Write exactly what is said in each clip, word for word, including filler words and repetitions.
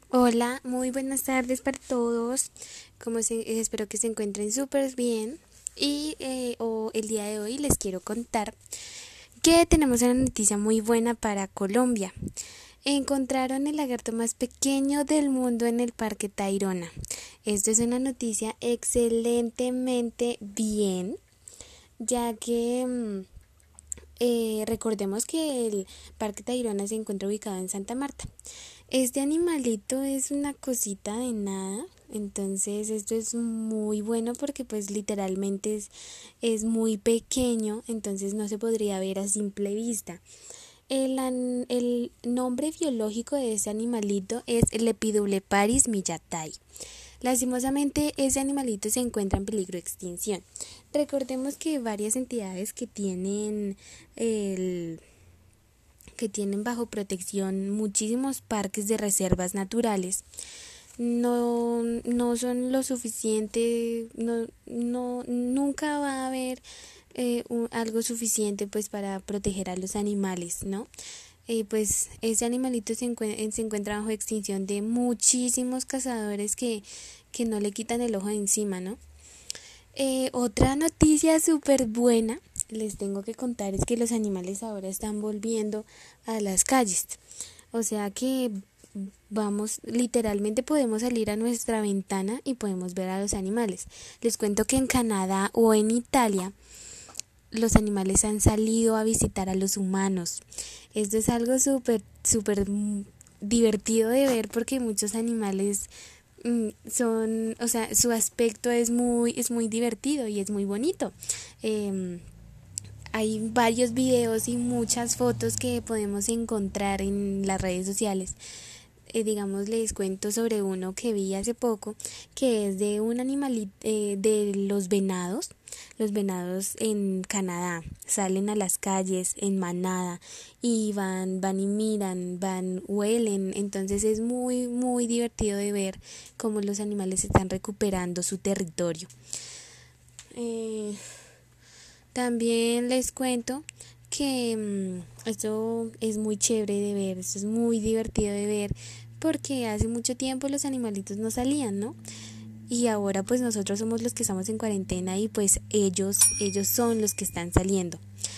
Hola, muy buenas tardes para todos. Como se, espero que se encuentren súper bien. Y eh, o el día de hoy les quiero contar que tenemos una noticia muy buena para Colombia. Encontraron el lagarto más pequeño del mundo en el Parque Tayrona. Esto es una noticia excelentemente bien, ya que mm, eh, recordemos que el Parque Tayrona se encuentra ubicado en Santa Marta. Este animalito es una cosita de nada, entonces esto es muy bueno porque pues literalmente es, es muy pequeño, entonces no se podría ver a simple vista. El, an- el nombre biológico de ese animalito es Lepidopleparis millatai. Lastimosamente, ese animalito se encuentra en peligro de extinción. Recordemos que varias entidades que tienen el que tienen bajo protección muchísimos parques de reservas naturales no, no son lo suficiente, no, no, nunca va a haber eh, un- algo suficiente pues para proteger a los animales, ¿no? Eh, pues ese animalito se, encue- se encuentra bajo extinción de muchísimos cazadores que, que no le quitan el ojo de encima, ¿no? Eh, otra noticia súper buena les tengo que contar es que los animales ahora están volviendo a las calles. O sea que vamos, literalmente podemos salir a nuestra ventana y podemos ver a los animales. Les cuento que en Canadá o en Italia los animales han salido a visitar a los humanos. Esto es algo súper, súper mm, divertido de ver porque muchos animales mm, son, o sea, su aspecto es muy, es muy divertido y es muy bonito. Eh, hay varios videos y muchas fotos que podemos encontrar en las redes sociales. Eh, digamos, les cuento sobre uno que vi hace poco, que es de un animalito, eh, de los venados. Los venados en Canadá salen a las calles en manada y van, van y miran, van, huelen. Entonces es muy, muy divertido de ver cómo los animales están recuperando su territorio. Eh, También les cuento que mmm, esto es muy chévere de ver, esto es muy divertido de ver porque hace mucho tiempo los animalitos no salían, ¿no? Y ahora pues nosotros somos los que estamos en cuarentena y pues ellos, ellos son los que están saliendo.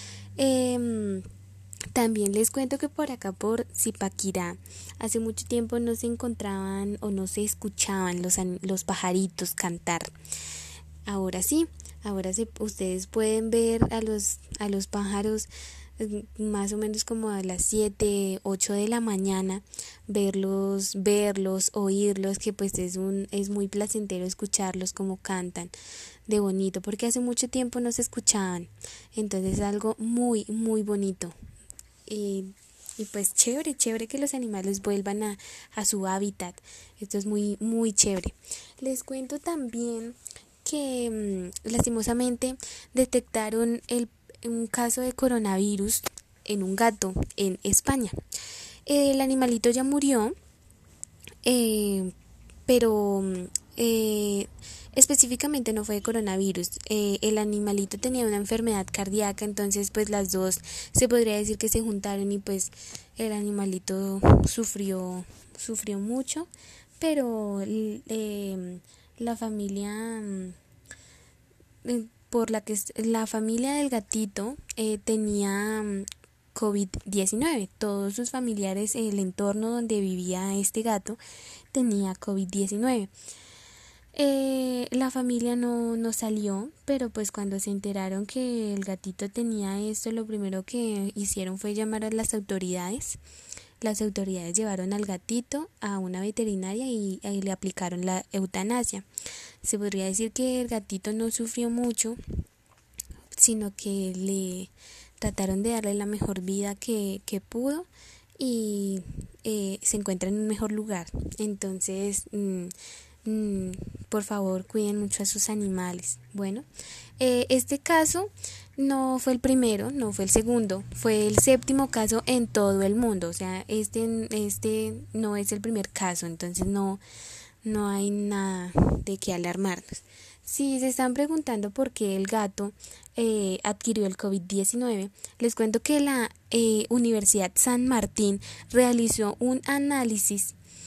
Eh, También les cuento que por acá por Zipaquirá hace mucho tiempo no se encontraban o no se escuchaban los, los pajaritos cantar. Ahora sí, ahora sí, ustedes pueden ver a los, a los pájaros eh, más o menos como a las siete ocho de la mañana, verlos, verlos, oírlos, que pues es un, es muy placentero escucharlos como cantan de bonito, porque hace mucho tiempo no se escuchaban, entonces es algo muy, muy bonito. Y, y pues chévere, chévere que los animales vuelvan a, a su hábitat. Esto es muy, muy chévere. Les cuento también que mmm, lastimosamente detectaron el, un caso de coronavirus en un gato en España. El animalito ya murió, eh, pero eh, específicamente no fue de coronavirus. Eh, el animalito tenía una enfermedad cardíaca, entonces pues las dos se podría decir que se juntaron y pues el animalito sufrió, sufrió mucho, pero eh, la familia eh, por la que la familia del gatito eh, tenía mm, covid diecinueve. Todos sus familiares, el entorno donde vivía este gato, tenía covid diecinueve. Eh, la familia no, no salió, pero pues cuando se enteraron que el gatito tenía esto, lo primero que hicieron fue llamar a las autoridades. Las autoridades llevaron al gatito a una veterinaria y, y le aplicaron la eutanasia. Se podría decir que el gatito no sufrió mucho, sino que le trataron de darle la mejor vida que, que pudo y eh, se encuentra en un mejor lugar. Entonces, mmm, mmm, por favor, cuiden mucho a sus animales. Bueno, eh, este caso no fue el primero, no fue el segundo, fue el séptimo caso en todo el mundo. O sea, este, este no es el primer caso, entonces no, no hay nada de qué alarmarnos. Si se están preguntando por qué el gato eh, adquirió el covid diecinueve, les cuento que la eh, Universidad San Martín realizó un análisis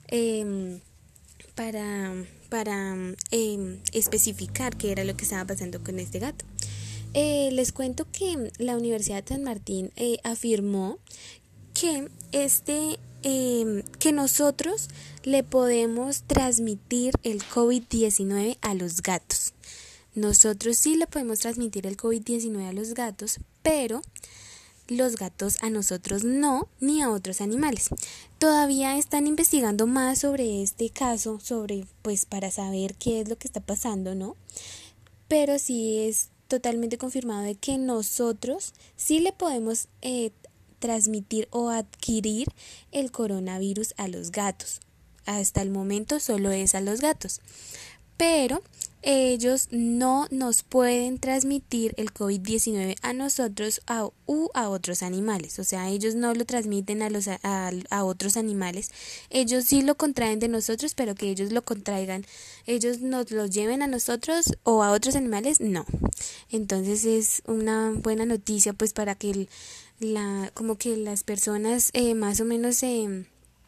eh, para, para eh, especificar qué era lo que estaba pasando con este gato. Eh, les cuento que la Universidad de San Martín eh, afirmó que este eh, que nosotros le podemos transmitir el COVID diecinueve a los gatos. Nosotros sí le podemos transmitir el COVID diecinueve a los gatos, pero los gatos a nosotros no, ni a otros animales. Todavía están investigando más sobre este caso, sobre pues para saber qué es lo que está pasando, ¿no? Pero sí es totalmente confirmado de que nosotros sí le podemos eh, transmitir o adquirir el coronavirus a los gatos. Hasta el momento solo es a los gatos. Pero ellos no nos pueden transmitir el COVID diecinueve a nosotros a, u a otros animales. O sea, ellos no lo transmiten a, los, a, a otros animales. Ellos sí lo contraen de nosotros, pero que ellos lo contraigan, ellos nos lo lleven a nosotros o a otros animales, no. Entonces es una buena noticia pues para que el, la, como que las personas eh, más o menos se... Eh,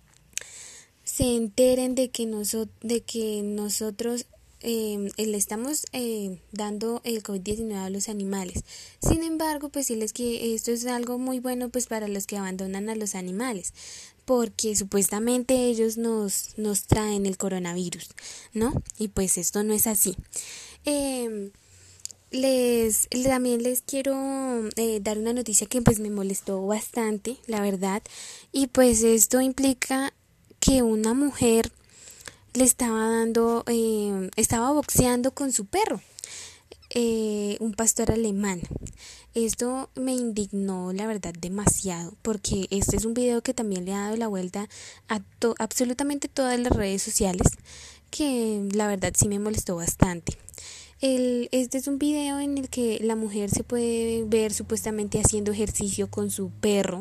se enteren de que, noso- de que nosotros eh, le estamos eh, dando el COVID diecinueve a los animales. Sin embargo, pues decirles que esto es algo muy bueno pues para los que abandonan a los animales, porque supuestamente ellos nos, nos traen el coronavirus, ¿no? Y pues esto no es así. Eh, Les, también les quiero eh, dar una noticia que pues me molestó bastante, la verdad, y pues esto implica que una mujer le estaba dando, eh, estaba boxeando con su perro, eh, un pastor alemán. Esto me indignó, la verdad, demasiado, porque este es un video que también le ha dado la vuelta a to- absolutamente todas las redes sociales, que la verdad sí me molestó bastante. El, este es un video en el que la mujer se puede ver supuestamente haciendo ejercicio con su perro.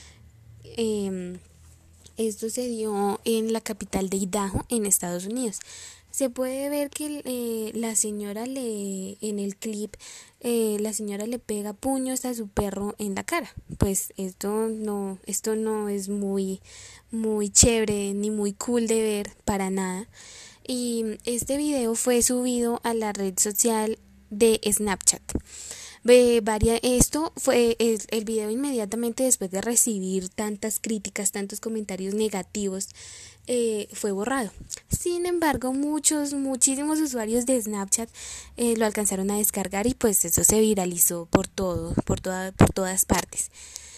Eh, esto se dio en la capital de Idaho, en Estados Unidos. Se puede ver que eh, la señora le, en el clip, eh, la señora le pega puños a su perro en la cara. Pues esto no, esto no es muy, muy chévere ni muy cool de ver para nada. Y este video fue subido a la red social de Snapchat. Ve, varia, esto fue el, el video inmediatamente después de recibir tantas críticas, tantos comentarios negativos, eh, fue borrado. Sin embargo, muchos, muchísimos usuarios de Snapchat eh, lo alcanzaron a descargar y pues eso se viralizó por todo, por toda, por todas partes.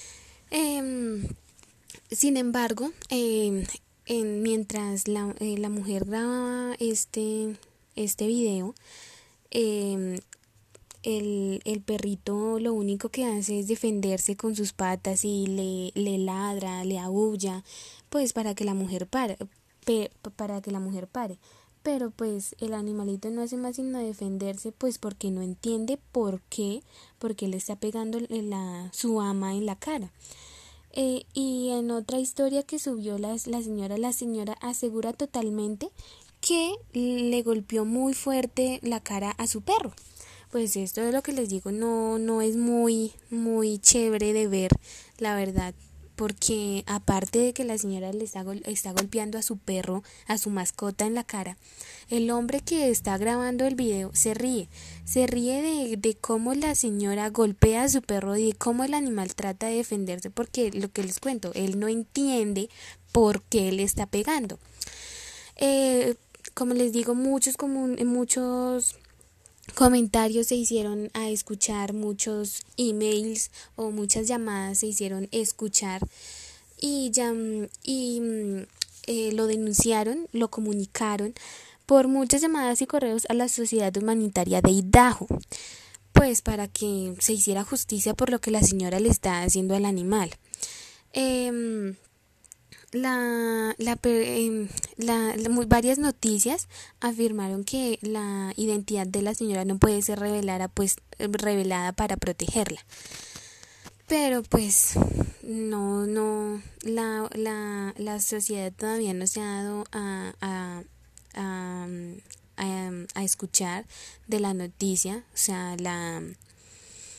Eh, sin embargo, eh, en, mientras la, eh, la mujer grababa este, este video, eh, el, el perrito lo único que hace es defenderse con sus patas y le, le ladra, le aúlla, pues para que la mujer pare, pe, para que la mujer pare. Pero pues el animalito no hace más sino defenderse, pues porque no entiende por qué, porque le está pegando la, su ama en la cara. Eh, y en otra historia que subió la, la señora, la señora asegura totalmente que le golpeó muy fuerte la cara a su perro. Pues esto es lo que les digo, no, no es muy, muy chévere de ver, la verdad, porque aparte de que la señora le está, gol- está golpeando a su perro, a su mascota en la cara, el hombre que está grabando el video se ríe, se ríe de, de cómo la señora golpea a su perro y de cómo el animal trata de defenderse, porque lo que les cuento, él no entiende por qué le está pegando. Eh, como les digo, muchos, como, muchos comentarios se hicieron a escuchar, muchos emails o muchas llamadas se hicieron escuchar y ya y eh, lo denunciaron, lo comunicaron por muchas llamadas y correos a la Sociedad Humanitaria de Idaho, pues para que se hiciera justicia por lo que la señora le está haciendo al animal. Eh, La, la, eh, la, la, varias noticias afirmaron que la identidad de la señora no puede ser revelada, pues, revelada para protegerla. Pero pues no, no, la, la, la sociedad todavía no se ha dado a, a, a, a, a escuchar de la noticia, o sea, la...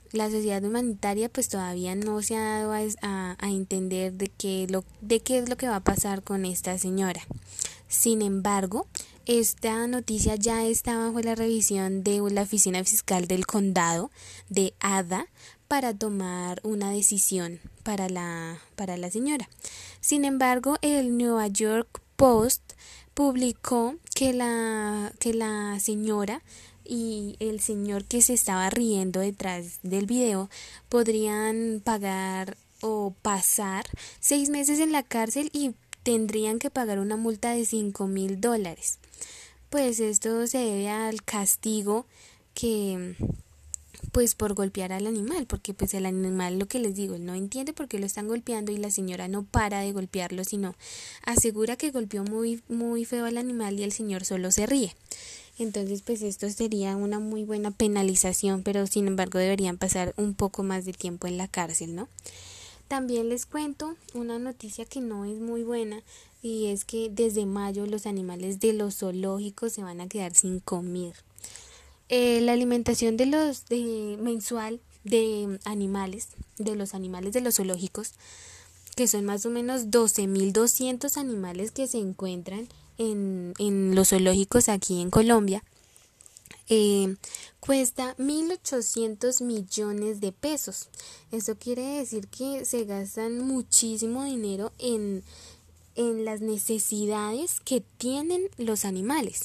la sociedad humanitaria pues todavía no se ha dado a, a, a entender de qué, lo, de qué es lo que va a pasar con esta señora. Sin embargo, esta noticia ya está bajo la revisión de la Oficina Fiscal del Condado de Ada para tomar una decisión para la, para la señora. Sin embargo, el New York Post publicó que la, que la señora y el señor que se estaba riendo detrás del video podrían pagar o pasar seis meses en la cárcel y tendrían que pagar una multa de cinco mil dólares. Pues esto se debe al castigo que pues por golpear al animal, porque pues el animal, lo que les digo, él no entiende por qué lo están golpeando y la señora no para de golpearlo, sino asegura que golpeó muy muy feo al animal y el señor solo se ríe. Entonces pues esto sería una muy buena penalización, pero sin embargo deberían pasar un poco más de tiempo en la cárcel, ¿no? También les cuento una noticia que no es muy buena, y es que desde mayo los animales de los zoológicos se van a quedar sin comer. Eh, la alimentación de los de, mensual de animales, de los animales de los zoológicos, que son más o menos doce mil doscientos animales que se encuentran en, en los zoológicos aquí en Colombia, eh, cuesta mil ochocientos millones de pesos. Eso quiere decir que se gastan muchísimo dinero en, en las necesidades que tienen los animales.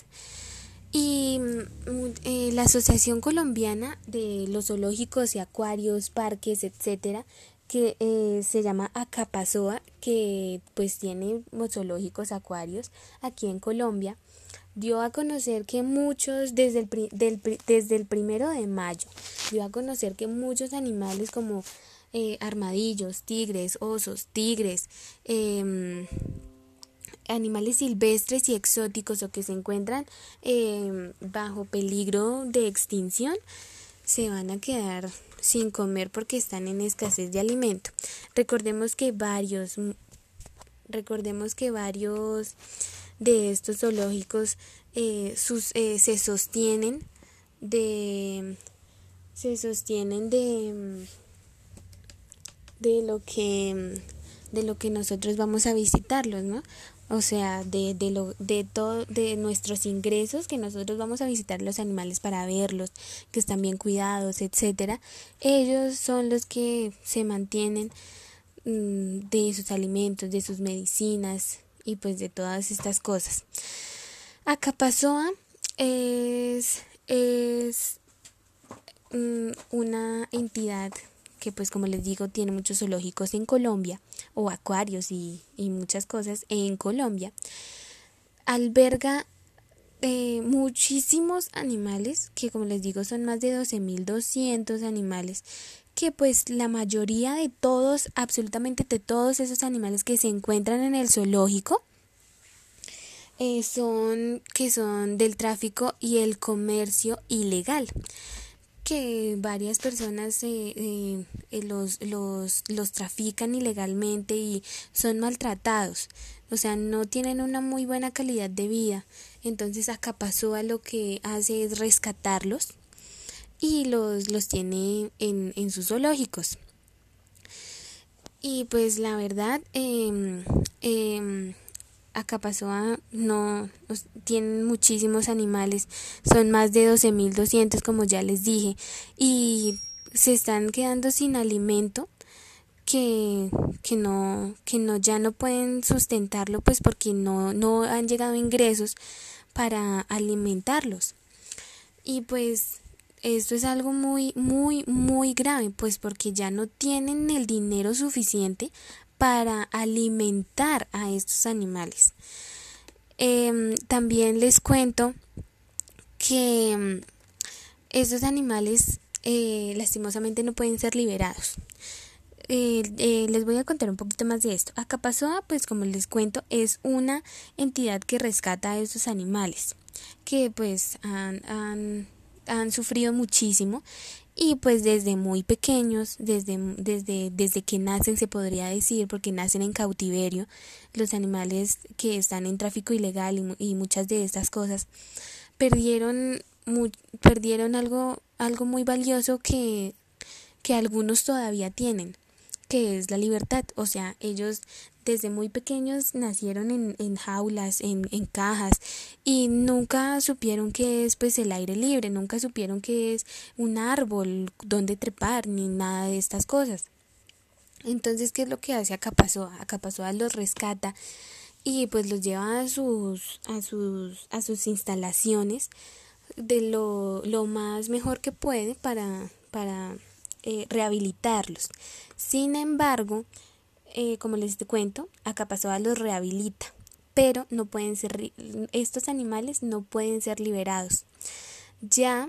Y eh, la Asociación Colombiana de los Zoológicos y Acuarios, Parques, etcétera, que eh, se llama Acapazoa, que pues tiene zoológicos, acuarios aquí en Colombia, dio a conocer que muchos, desde el, del, desde el primero de mayo, dio a conocer que muchos animales como eh, armadillos, tigres, osos, tigres, eh, animales silvestres y exóticos o que se encuentran eh, bajo peligro de extinción, se van a quedar sin comer porque están en escasez de alimento. Recordemos que varios, recordemos que varios de estos zoológicos eh, sus, eh, se sostienen de, se sostienen de, de lo que, de lo que nosotros vamos a visitarlos, ¿no? O sea, de, de, lo, de, todo, de nuestros ingresos que nosotros vamos a visitar los animales para verlos, que están bien cuidados, etcétera. Ellos son los que se mantienen mmm, de sus alimentos, de sus medicinas y pues de todas estas cosas. Acapazoa es, es mmm, una entidad que pues como les digo tiene muchos zoológicos en Colombia o acuarios y, y muchas cosas en Colombia. Alberga eh, muchísimos animales que como les digo son más de doce mil doscientos animales, que pues la mayoría de todos, absolutamente de todos esos animales que se encuentran en el zoológico eh, son que son del tráfico y el comercio ilegal, que varias personas eh, eh, eh, los, los, los trafican ilegalmente y son maltratados, o sea, no tienen una muy buena calidad de vida. Entonces Acapazoa lo que hace es rescatarlos y los, los tiene en, en sus zoológicos. Y pues la verdad, eh, eh, Acapazoa no tienen muchísimos animales, son más de doce mil doscientos como ya les dije, y se están quedando sin alimento que que no que no ya no pueden sustentarlo pues porque no no han llegado ingresos para alimentarlos. Y pues esto es algo muy muy muy grave, pues porque ya no tienen el dinero suficiente para alimentar a estos animales. Eh, también les cuento que estos animales eh, lastimosamente no pueden ser liberados. Eh, eh, les voy a contar un poquito más de esto. Acapazoa, pues como les cuento, es una entidad que rescata a estos animales que pues han, han, han sufrido muchísimo. Y pues desde muy pequeños, desde, desde, desde que nacen se podría decir, porque nacen en cautiverio, los animales que están en tráfico ilegal y, y muchas de estas cosas, perdieron, mu, perdieron algo, algo muy valioso que, que algunos todavía tienen, que es la libertad. O sea, ellos desde muy pequeños nacieron en, en jaulas, en, en cajas, y nunca supieron qué es pues el aire libre, nunca supieron qué es un árbol, dónde trepar, ni nada de estas cosas. Entonces, ¿qué es lo que hace Acapazoa? Acapazoa los rescata y pues los lleva a sus, a sus, a sus instalaciones de lo, lo más mejor que puede para, para eh, rehabilitarlos. Sin embargo, eh, como les cuento, Acapazoa los rehabilita, pero no pueden ser, estos animales no pueden ser liberados, ya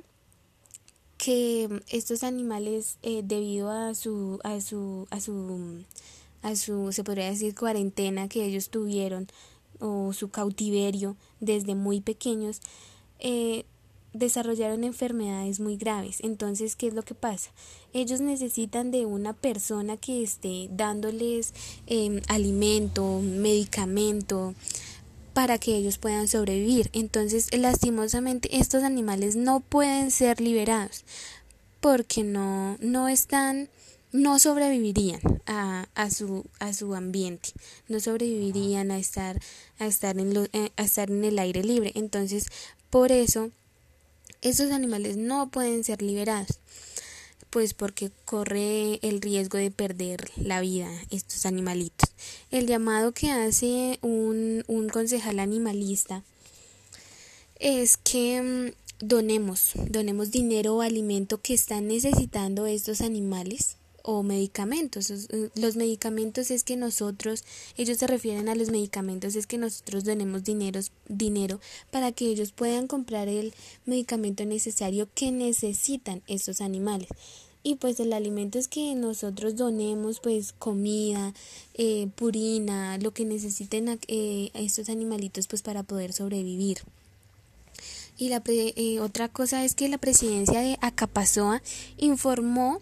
que estos animales, eh, debido a su, a su, a su, a su, se podría decir, cuarentena que ellos tuvieron, o su cautiverio desde muy pequeños, eh, desarrollaron enfermedades muy graves. Entonces, ¿qué es lo que pasa? Ellos necesitan de una persona que esté dándoles eh, alimento, medicamento, para que ellos puedan sobrevivir. Entonces, lastimosamente, estos animales no pueden ser liberados porque no, no están, no sobrevivirían a, a su, a su ambiente, no sobrevivirían a estar, a estar en lo, a estar en el aire libre. Entonces, por eso, estos animales no pueden ser liberados, pues porque corre el riesgo de perder la vida estos animalitos. El llamado que hace un, un concejal animalista es que mmm, donemos, donemos dinero o alimento que están necesitando estos animales, o medicamentos. Los medicamentos es que nosotros, ellos se refieren a los medicamentos, es que nosotros donemos dinero, dinero para que ellos puedan comprar el medicamento necesario que necesitan estos animales. Y pues el alimento es que nosotros donemos pues comida, eh, purina, lo que necesiten eh, estos animalitos pues para poder sobrevivir. Y la pre, eh, otra cosa es que la presidencia de Acapazoa informó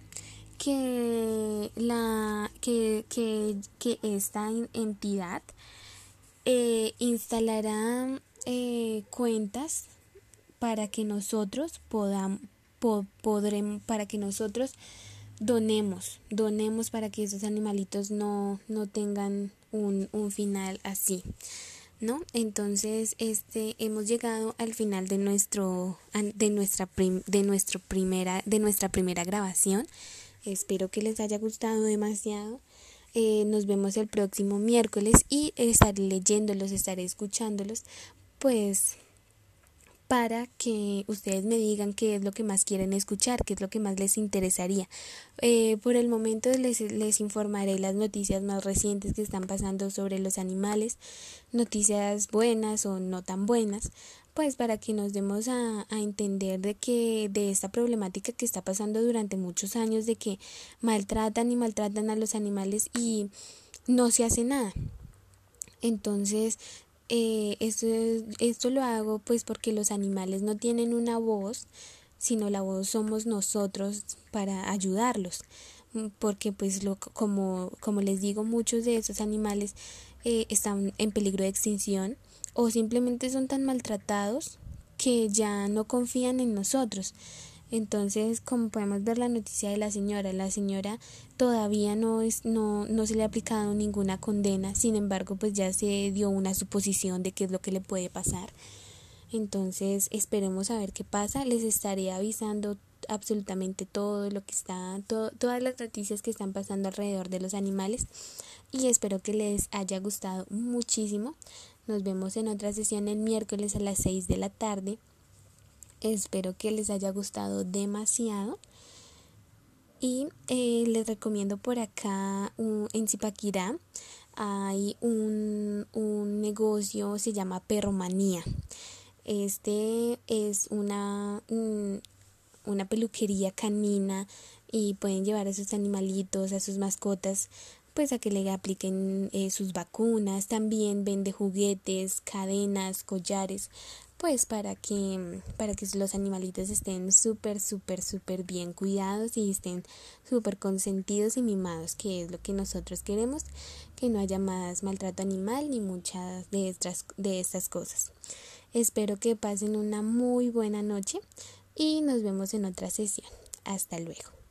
que la que, que, que esta entidad eh, instalará eh, cuentas para que nosotros podamos po, podremos para que nosotros donemos donemos para que esos animalitos no no tengan un, un final así, ¿no? Entonces, este hemos llegado al final de nuestro de nuestra prim, de nuestro primera de nuestra primera grabación. Espero que les haya gustado demasiado. Eh, nos vemos el próximo miércoles y estaré leyéndolos, estaré escuchándolos, pues para que ustedes me digan qué es lo que más quieren escuchar, qué es lo que más les interesaría. Eh, por el momento les, les informaré las noticias más recientes que están pasando sobre los animales, noticias buenas o no tan buenas, pues para que nos demos a, a entender de que de esta problemática que está pasando durante muchos años, de que maltratan y maltratan a los animales y no se hace nada. Entonces, eh, esto, esto lo hago pues porque los animales no tienen una voz, sino la voz somos nosotros para ayudarlos, porque pues lo, como, como les digo, muchos de esos animales eh, están en peligro de extinción o simplemente son tan maltratados que ya no confían en nosotros. Entonces, como podemos ver la noticia de la señora, la señora todavía no es no no se le ha aplicado ninguna condena, sin embargo, pues ya se dio una suposición de qué es lo que le puede pasar. Entonces, esperemos a ver qué pasa. Les estaré avisando absolutamente todo lo que está, todo, todas las noticias que están pasando alrededor de los animales, y espero que les haya gustado muchísimo. Nos vemos en otra sesión el miércoles a las seis de la tarde. Espero que les haya gustado demasiado. Y eh, les recomiendo por acá un, en Zipaquirá hay un, un negocio, se llama Perromanía. Este es una, una peluquería canina y pueden llevar a sus animalitos, a sus mascotas, pues a que le apliquen eh, sus vacunas. También vende juguetes, cadenas, collares, pues para que para que los animalitos estén súper súper súper bien cuidados y estén súper consentidos y mimados, que es lo que nosotros queremos, que no haya más maltrato animal ni muchas de estas de estas cosas. Espero que pasen una muy buena noche y nos vemos en otra sesión. Hasta luego.